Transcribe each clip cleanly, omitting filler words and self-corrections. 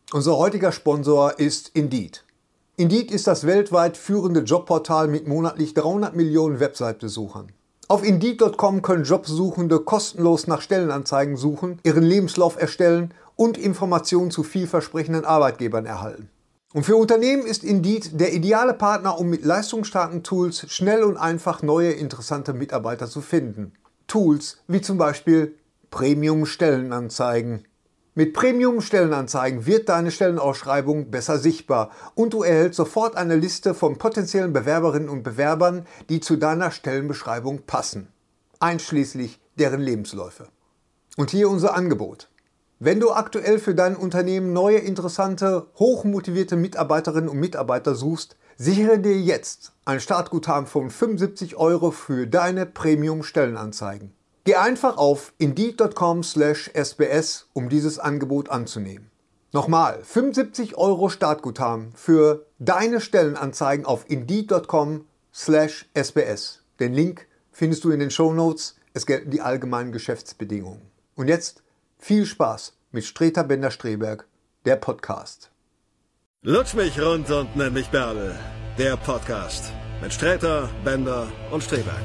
Unser heutiger Sponsor ist Indeed. Indeed ist das weltweit führende Jobportal mit monatlich 300 Millionen Website-Besuchern. Auf Indeed.com können Jobsuchende kostenlos nach Stellenanzeigen suchen, ihren Lebenslauf erstellen und Informationen zu vielversprechenden Arbeitgebern erhalten. Und für Unternehmen ist Indeed der ideale Partner, um mit leistungsstarken Tools schnell und einfach neue, interessante Mitarbeiter zu finden. Tools wie zum Beispiel Premium-Stellenanzeigen. Mit Premium-Stellenanzeigen wird deine Stellenausschreibung besser sichtbar und du erhältst sofort eine Liste von potenziellen Bewerberinnen und Bewerbern, die zu deiner Stellenbeschreibung passen, einschließlich deren Lebensläufe. Und hier unser Angebot. Wenn du aktuell für dein Unternehmen neue, interessante, hochmotivierte Mitarbeiterinnen und Mitarbeiter suchst, sichere dir jetzt ein Startguthaben von 75 € für deine Premium-Stellenanzeigen. Geh einfach auf Indeed.com/SBS, um dieses Angebot anzunehmen. Nochmal, 75 € Startguthaben für deine Stellenanzeigen auf Indeed.com/SBS. Den Link findest du in den Shownotes. Es gelten die allgemeinen Geschäftsbedingungen. Und jetzt viel Spaß mit Streter Bender-Streberg, der Podcast. Lutsch mich rund und nenn mich Bärbel, der Podcast mit Streter, Bender und Streberg.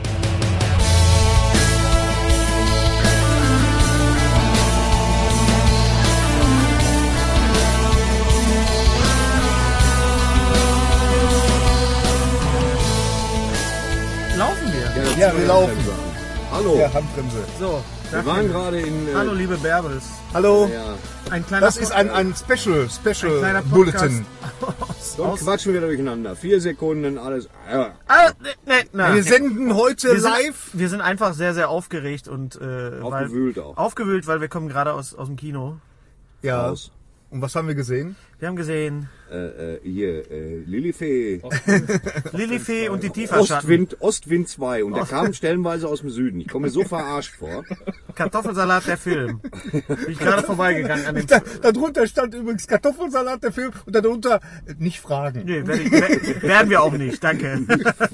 Laufen wir? Ja, wir laufen. Hallo. Ja, Handbremse. So, Wir waren gerade in... hallo liebe Bärbels. Hallo. Ja. Ein kleiner Das ist ein Special kleiner Bulletin. Sonst quatschen wir durcheinander. 4 Sekunden, alles... Ja. Wir senden heute live. Wir sind einfach sehr, sehr aufgeregt und Aufgewühlt auch. aufgewühlt, weil wir kommen gerade aus dem Kino. Ja. Raus. Und was haben wir gesehen? Wir haben gesehen Lilifee. Lilifee und die Tieferschatten. Ostwind 2. Und der kam stellenweise aus dem Süden. Ich komme mir so verarscht vor. Kartoffelsalat, der Film. Bin ich gerade vorbeigegangen an dem Darunter stand übrigens Kartoffelsalat, der Film. Und darunter nicht fragen. Nee, werden wir auch nicht, danke.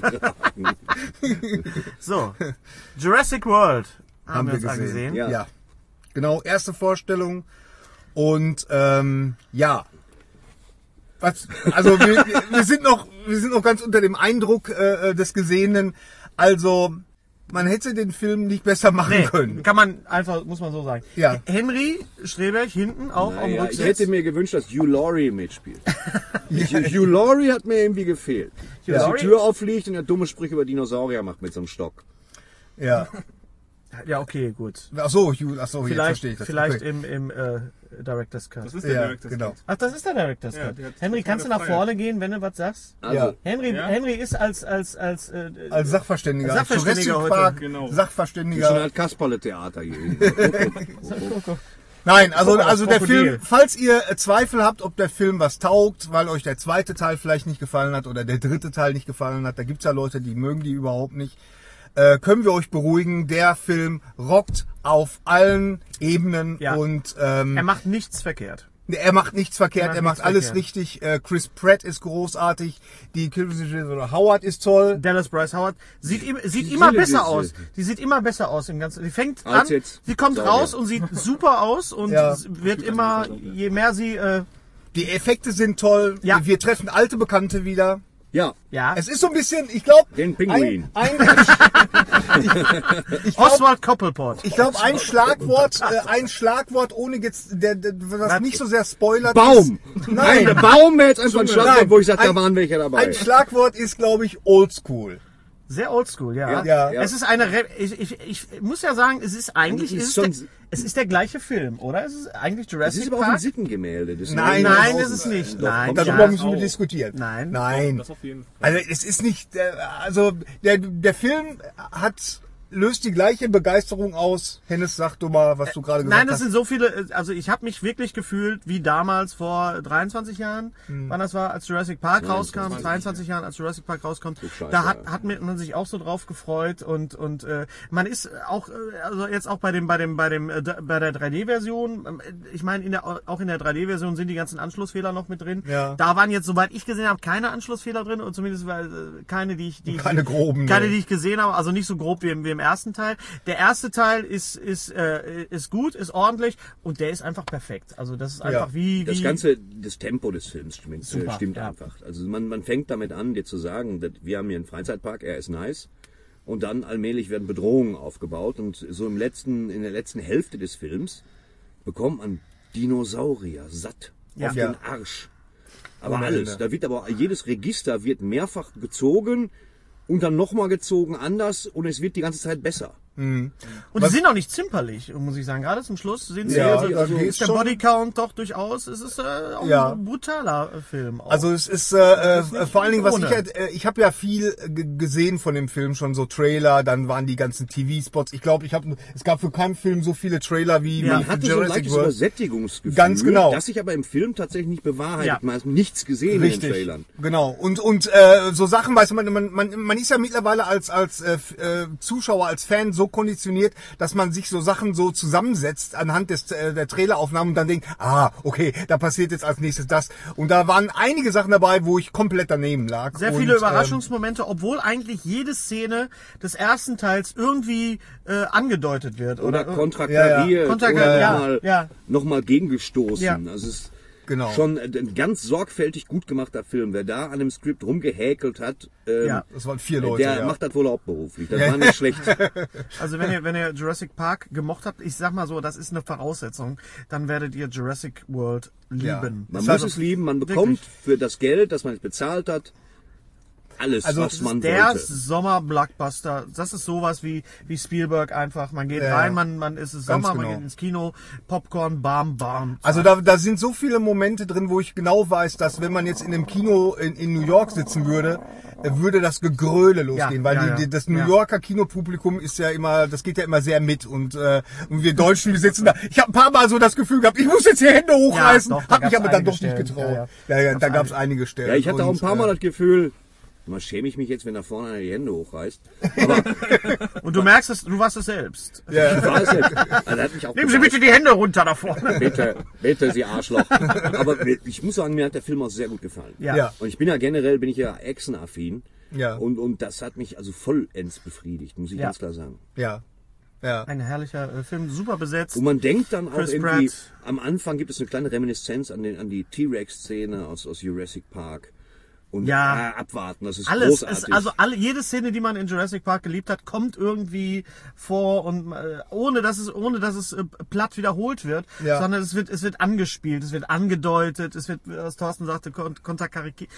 So, Jurassic World haben wir uns angesehen. Ja. Ja. Genau, erste Vorstellung. Und ja. Also wir sind noch ganz unter dem Eindruck des Gesehenen. Also man hätte den Film nicht besser machen können. Kann man einfach, muss man so sagen. Ja. Henry Streberg hinten auch am Naja, Rücksitz. ich hätte mir gewünscht, dass Hugh Laurie mitspielt. Hugh Laurie hat mir irgendwie gefehlt. Dass die Laurie? Tür aufliegt und er dumme Sprüche über Dinosaurier macht mit so einem Stock. Ja. Ja, okay, gut. Ach so, jetzt verstehe ich das. Vielleicht Okay. im Director's Cut. Das ist der Ja, Director's genau. Cut. Ach, das ist der Director's Ja, Cut. der hat Henry, kannst du nach gefeiert. vorne gehen, wenn du was sagst? Also, Ja. Henry, Ja. Henry ist als Als Sachverständiger. Als Sachverständiger Jurassic heute. Park, Genau. das ist schon Sachverständiger. halt Kasperle-Theater hier. Nein, also der Krokodil. Film, falls ihr Zweifel habt, ob der Film was taugt, weil euch der zweite Teil vielleicht nicht gefallen hat oder der dritte Teil nicht gefallen hat, da gibt's ja Leute, die mögen die überhaupt nicht, können wir euch beruhigen, der Film rockt auf allen Ebenen Ja. und Er macht nichts verkehrt. er macht nichts verkehrt, Er er macht macht alles nichts richtig. Chris Pratt ist großartig, die Howard ist toll. Dallas Bryce Howard sieht immer Seele besser ist- aus. Die sieht immer besser aus im Ganzen. Die fängt Als an, jetzt. sie kommt Sauber. raus und sieht super aus und Ja. wird immer, je mehr sie, Die Effekte sind toll, Ja. wir treffen alte Bekannte wieder. Ja, ja, Es ist so ein bisschen, ich glaube, den Pinguin. Oswald Cobblepot. Ich glaube, ein Schlagwort, ohne jetzt, was nicht so sehr spoilert. Baum! Ist, nein, Der Baum wäre jetzt einfach ein Schlagwort, Nein. wo ich sage, da Ein- waren welche dabei. ein Schlagwort ist, glaube ich, oldschool. Sehr oldschool, ja. Ja. Es ist ich muss ja sagen, es ist eigentlich, es ist der gleiche Film, oder? Es ist eigentlich Das Jurassic ist aber auch ein Park. Sittengemälde. Das Nein, Nein, das ist es nicht. Nein, Darüber ja. müssen wir diskutieren. Nein. Nein. Das auf jeden Fall. Also es ist nicht, also der Film löst die gleiche Begeisterung aus. Hennes, sag du mal, was du gerade gesagt Nein, das hast. sind so viele, also ich habe mich wirklich gefühlt wie damals vor 23 Jahren, wann das war, als Jurassic Park rauskam, 23 Jahren, als Jurassic Park rauskam, Scheiße, da hat ja. man sich auch so drauf gefreut und man ist auch, also jetzt auch bei der 3D-Version, ich meine, auch in der 3D-Version sind die ganzen Anschlussfehler noch mit drin. Ja. Da waren jetzt, soweit ich gesehen habe, keine Anschlussfehler drin und zumindest keine, die ich Keine groben, keine, nee. die ich gesehen habe, also nicht so grob wie im dem ersten Teil. Der erste Teil ist gut, ist ordentlich und der ist einfach perfekt. Also das ist einfach wie... Das Tempo des Films stimmt ja. einfach. Also man fängt damit an, dir zu sagen, wir haben hier einen Freizeitpark, er ist nice. Und dann allmählich werden Bedrohungen aufgebaut und so in der letzten Hälfte des Films bekommt man Dinosaurier satt auf den Arsch. Aber alles. Da wird aber jedes Register wird mehrfach gezogen und dann nochmal gezogen anders und es wird die ganze Zeit besser. Und die sind auch nicht zimperlich, muss ich sagen. Gerade zum Schluss sind sie, ist der schon Bodycount doch durchaus, es ist auch ein brutaler Film. Auch. Also es ist vor allen Dingen, ich habe ja viel gesehen von dem Film, schon so Trailer, dann waren die ganzen TV-Spots. Ich glaube, es gab für keinen Film so viele Trailer wie Man hatte so ein leichtes Übersättigungsgefühl, ganz genau, das sich aber im Film tatsächlich nicht bewahrheitet. Man hat nichts gesehen in den Trailern. Genau. Und so Sachen, weißt du, man ist ja mittlerweile als Zuschauer, als Fan so konditioniert, dass man sich so Sachen so zusammensetzt anhand der Traileraufnahmen und dann denkt, okay, da passiert jetzt als nächstes das. Und da waren einige Sachen dabei, wo ich komplett daneben lag. Sehr viele Überraschungsmomente, obwohl eigentlich jede Szene des ersten Teils irgendwie angedeutet wird. Oder konterkariert oder nochmal gegengestoßen. Ja. Also es ist schon ein ganz sorgfältig gut gemachter Film. Wer da an dem Skript rumgehäkelt hat, das waren 4 Leute. Der macht das wohl hauptberuflich. Das war nicht schlecht. Also wenn ihr Jurassic Park gemocht habt, ich sag mal so, das ist eine Voraussetzung, dann werdet ihr Jurassic World lieben. Ja. Man muss es lieben, man bekommt für das Geld, das man jetzt bezahlt hat, alles, was man wollte. Der Sommer-Blockbuster, das ist sowas wie Spielberg einfach. Man geht rein, man ist es Sommer, man geht ins Kino, Popcorn, bam, bam. Also da sind so viele Momente drin, wo ich genau weiß, dass wenn man jetzt in einem Kino in New York sitzen würde, würde das Gegröle losgehen, weil das New Yorker Kinopublikum ist ja immer, das geht ja immer sehr mit und wir Deutschen, wir sitzen da. Ich habe ein paar Mal so das Gefühl gehabt, ich muss jetzt die Hände hochreißen, habe mich aber dann doch nicht getraut. Da gab es einige Stellen. Ja, ich hatte auch ein paar Mal das Gefühl, mal schäme ich mich jetzt, wenn da vorne einer die Hände hochreißt. Aber und du merkst es, du warst es selbst. Ja. Ich war es selbst. Also, hat mich auch Nehmen Sie bitte die Hände runter da vorne. Bitte, Sie Arschloch. Aber ich muss sagen, mir hat der Film auch sehr gut gefallen. Ja. Und ich bin ja generell, actionaffin. Ja. Und das hat mich also vollends befriedigt, muss ich ganz klar sagen. Ja. Ja. Ein herrlicher Film, super besetzt. Und man denkt dann auch Chris irgendwie, Pratt. am Anfang gibt es eine kleine Reminiszenz an die T-Rex-Szene aus Jurassic Park. Und abwarten, das ist alles, großartig. Jede Szene, die man in Jurassic Park geliebt hat, kommt irgendwie vor und ohne dass es platt wiederholt wird, sondern es wird angespielt, es wird angedeutet, es wird, was Thorsten sagte, konterkariert.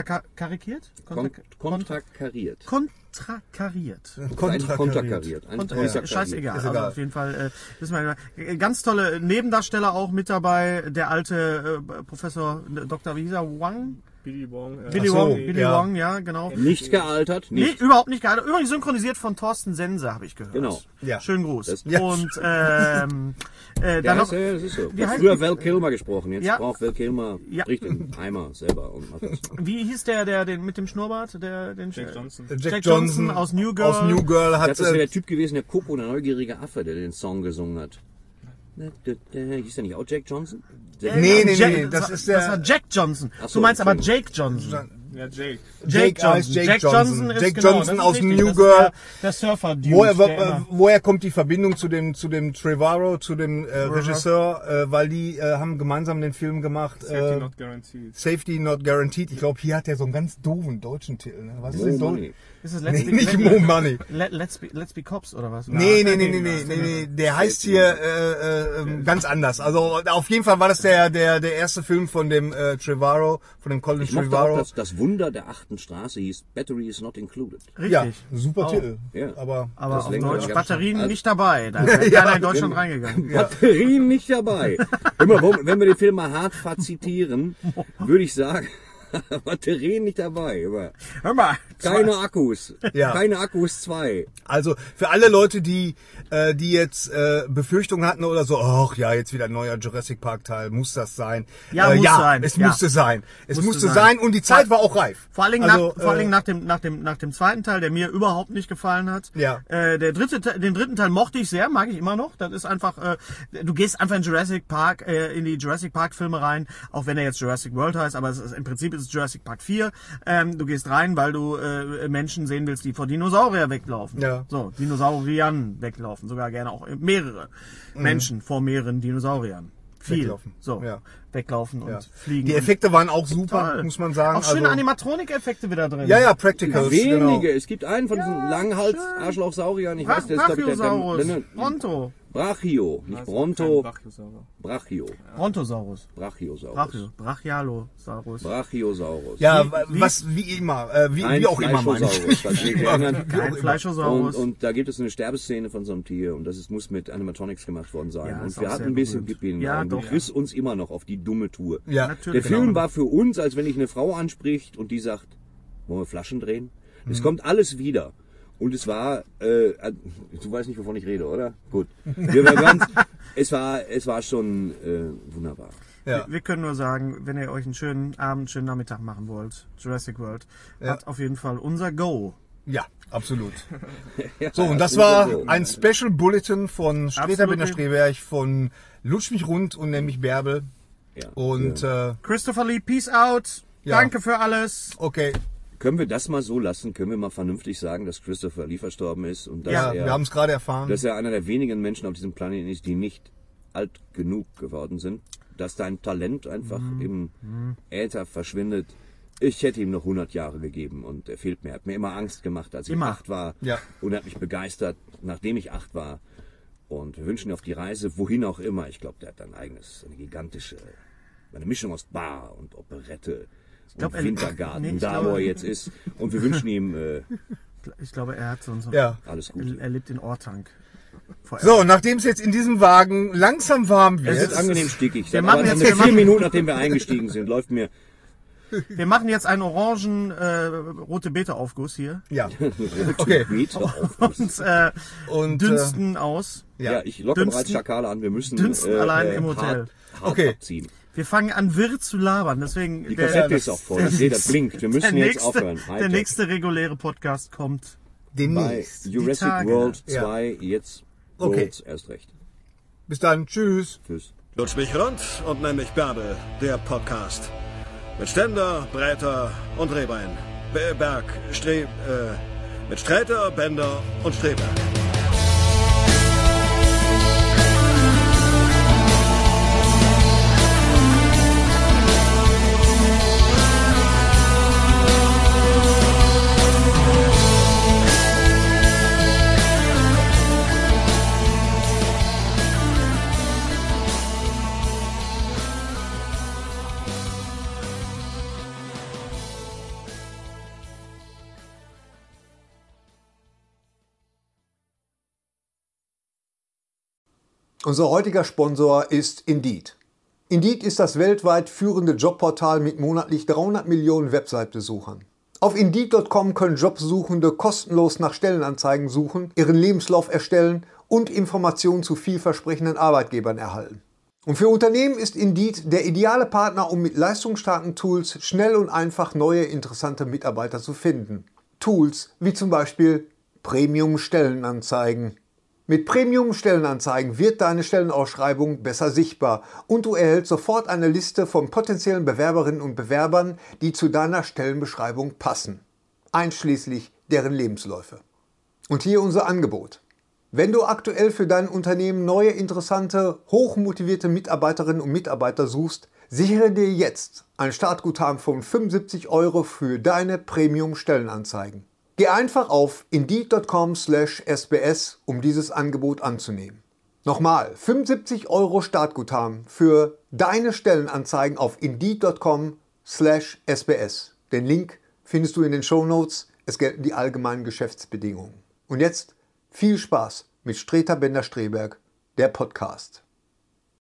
Scheißegal. Also auf jeden Fall wissen wir, ganz tolle Nebendarsteller auch mit dabei. Der alte Professor Dr. wie hieß er? Wang? Billy Wong. Billy Wong, ja, genau. Nicht gealtert. Nee, überhaupt nicht gealtert. Übrigens synchronisiert von Thorsten Sense, habe ich gehört. Genau. Ja. Schönen Gruß. Ja. Und dann noch... das ist so. Früher Val Kilmer gesprochen, jetzt braucht Val Kilmer den Eimer selber und macht das. Wie hieß der mit dem Schnurrbart? Jack Johnson. Jack Johnson aus New Girl. Aus New Girl hat... Das ist ja der Typ gewesen, der Coco, der neugierige Affe, der den Song gesungen hat. Hieß der nicht auch Jack Johnson? Nee, das war Jack Johnson. Ach so, du meinst aber Jake Johnson. Ja, Jake. Jake Johnson ist Jack Johnson aus richtig. New Girl. Der Surfer-Dude. Woher kommt die Verbindung zu dem Trevorrow, zu dem Regisseur? Weil die haben gemeinsam den Film gemacht. Safety Not Guaranteed. Safety Not Guaranteed. Ich glaube, hier hat er so einen ganz doofen deutschen Titel. Ne? Was ist denn Money. Ist es nicht Mo Money. Let's be Cops oder was? Nee. Der heißt hier ganz anders. Also auf jeden Fall war das der erste Film von dem Trevorrow, von dem Colin Trevorrow. Das Wunder der 8. Straße hieß Battery is not included. Richtig. Ja, super Titel. Ja. Aber auf längere Deutsch ganz Batterien schön. nicht dabei. Da ist keiner in Deutschland reingegangen. Batterien nicht dabei. Immer, wenn wir den Film mal hart zitieren, würde ich sagen, Batterien nicht dabei. Hör mal. Keine Akkus. Ja. Keine Akkus 2. Also für alle Leute, die jetzt Befürchtungen hatten oder so, ach ja, jetzt wieder ein neuer Jurassic Park Teil, muss das sein? Ja, muss sein. Es Ja. musste sein. Es Musste musste sein. sein und die Zeit war auch reif. Vor allen Dingen nach dem zweiten Teil, der mir überhaupt nicht gefallen hat. Ja. Den dritten Teil mochte ich sehr, mag ich immer noch. Das ist einfach, du gehst einfach in Jurassic Park, in die Jurassic Park Filme rein, auch wenn er jetzt Jurassic World heißt, aber im Prinzip ist es ist Jurassic Park 4. Du gehst rein, weil du Menschen sehen willst, die vor Dinosaurier weglaufen. Ja. So, Dinosauriern weglaufen. Sogar gerne auch mehrere Menschen vor mehreren Dinosauriern. Viel. Weglaufen. So, Ja. weglaufen und Ja. fliegen. Die Effekte waren auch super, Toll. muss man sagen. Auch schöne Also- Animatronik-Effekte wieder drin. Ja, Practicals. Wenige. Genau. Es gibt einen von diesen Langhals-Arschlochsauriern. Ich weiß, der ist, glaube ich, Brachiosaurus. der Bronto. Brachio. Nicht Also Bronto. kein Brachiosaurus. Brachio. Brontosaurus. Brachiosaurus. Brachialosaurus. Brachiosaurus. Ja, Wie- was wie immer, wie Ein auch immer meine ich. Fleischosaurus, was wir erinnern. Kein Fleischosaurus. Und da gibt es eine Sterbeszene von so einem Tier und muss mit Animatronics gemacht worden sein. Ja, und ist wir auch hatten sehr ein bisschen berühmt. Pipi in den Ja, Augen. Du doch. kriegst uns immer noch auf die dumme Tour. Ja, Natürlich. Der Film war für uns, als wenn ich eine Frau anspricht und die sagt, wollen wir Flaschen drehen? Mhm. Es kommt alles wieder. Und es war, du weißt nicht, wovon ich rede, oder? Gut. Es war schon wunderbar. Ja. Wir können nur sagen, wenn ihr euch einen schönen Abend, einen schönen Nachmittag machen wollt, Jurassic World hat auf jeden Fall unser Go. Ja, absolut. Ja, So, und das unser war Go. ein Special Bulletin von Streter Absolut. Bender Streberg, von Lutsch mich rund und nämlich Bärbel. Ja. Und Christopher Lee, peace out. Ja. Danke für alles. okay, Können wir das mal so lassen? Können wir mal vernünftig sagen, dass Christopher Lee verstorben ist und dass, ja, wir haben es gerade erfahren. dass er einer der wenigen Menschen auf diesem Planeten ist, die nicht alt genug geworden sind? Dass dein Talent einfach im Äther verschwindet. Ich hätte ihm noch 100 Jahre gegeben und er fehlt mir. Er hat mir immer Angst gemacht, als ich Immer. 8 war. Ja. Und er hat mich begeistert, nachdem ich 8 war. Und wir wünschen ihm auf die Reise, wohin auch immer. Ich glaube, der hat ein eigenes, eine Mischung aus Bar und Operette glaub, und Wintergarten, nee, ich da glaube- wo er jetzt ist. Und wir wünschen ihm Ich glaube, er hat so ein... Ja. alles Gute. Er lebt in Ortank. So, nachdem es jetzt in diesem Wagen langsam warm Es ist wird, angenehm stickig. Wir Seit machen aber jetzt- nach wir 4 machen- Minuten, nachdem wir eingestiegen sind, läuft mir Wir machen jetzt einen orangen rote Beete-Aufguss hier ja, okay. Meter auf. Und dünsten aus. Ja, ich locke Dünsten- bereits Schakale an. Wir müssen Dünsten allein im Hotel. hart Okay. abziehen. Wir fangen an wirr zu labern, deswegen Die Kassette ist auch voll. Ich sehe, das blinkt. Wir müssen jetzt aufhören. der Hightech. nächste reguläre Podcast kommt. Bei demnächst. Jurassic Tage. World Ja. 2 jetzt Okay. Worlds erst recht. Bis dann, tschüss. Tschüss. Lutsch mich rund und nenn mich Bärbel, der Podcast. Mit Ständer, Breiter und Rehbein. Mit Sträter, Bender und Streberg. Unser heutiger Sponsor ist Indeed. Indeed ist das weltweit führende Jobportal mit monatlich 300 Millionen Website-Besuchern. Auf Indeed.com können Jobsuchende kostenlos nach Stellenanzeigen suchen, ihren Lebenslauf erstellen und Informationen zu vielversprechenden Arbeitgebern erhalten. Und für Unternehmen ist Indeed der ideale Partner, um mit leistungsstarken Tools schnell und einfach neue interessante Mitarbeiter zu finden. Tools wie zum Beispiel Premium-Stellenanzeigen. Mit Premium-Stellenanzeigen wird deine Stellenausschreibung besser sichtbar und du erhältst sofort eine Liste von potenziellen Bewerberinnen und Bewerbern, die zu deiner Stellenbeschreibung passen, einschließlich deren Lebensläufe. Und hier unser Angebot. Wenn du aktuell für dein Unternehmen neue, interessante, hochmotivierte Mitarbeiterinnen und Mitarbeiter suchst, sichere dir jetzt ein Startguthaben von 75 € für deine Premium-Stellenanzeigen. Geh einfach auf Indeed.com/sbs, um dieses Angebot anzunehmen. Nochmal, 75 € Startguthaben für deine Stellenanzeigen auf Indeed.com/sbs. Den Link findest du in den Shownotes. Es gelten die allgemeinen Geschäftsbedingungen. Und jetzt viel Spaß mit Streter Bender Streberg, der Podcast.